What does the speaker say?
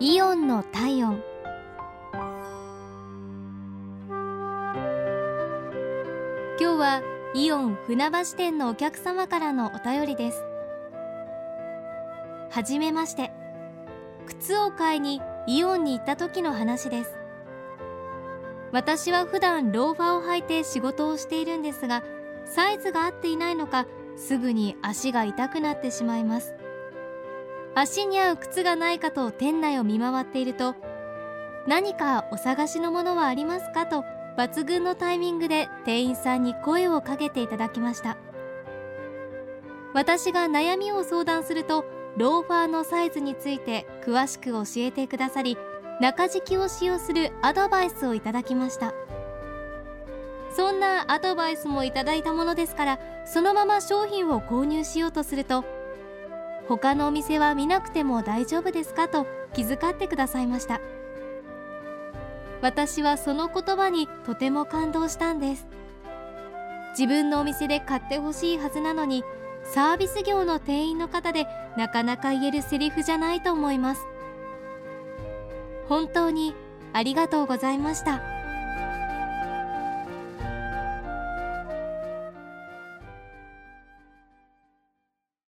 イオンの体温。今日はイオン船橋店のお客様からのお便りです。はじめまして。靴を買いにイオンに行った時の話です。私は普段ローファーを履いて仕事をしているんですが、サイズが合っていないのかすぐに足が痛くなってしまいます。足に合う靴がないかと店内を見回っていると、何かお探しのものはありますかと抜群のタイミングで店員さんに声をかけていただきました。私が悩みを相談すると、ローファーのサイズについて詳しく教えてくださり、中敷きを使用するアドバイスをいただきました。そんなアドバイスもいただいたものですから、そのまま商品を購入しようとすると、他のお店は見なくても大丈夫ですかと気遣ってくださいました。私はその言葉にとても感動したんです。自分のお店で買ってほしいはずなのに、サービス業の店員の方でなかなか言えるセリフじゃないと思います。本当にありがとうございました。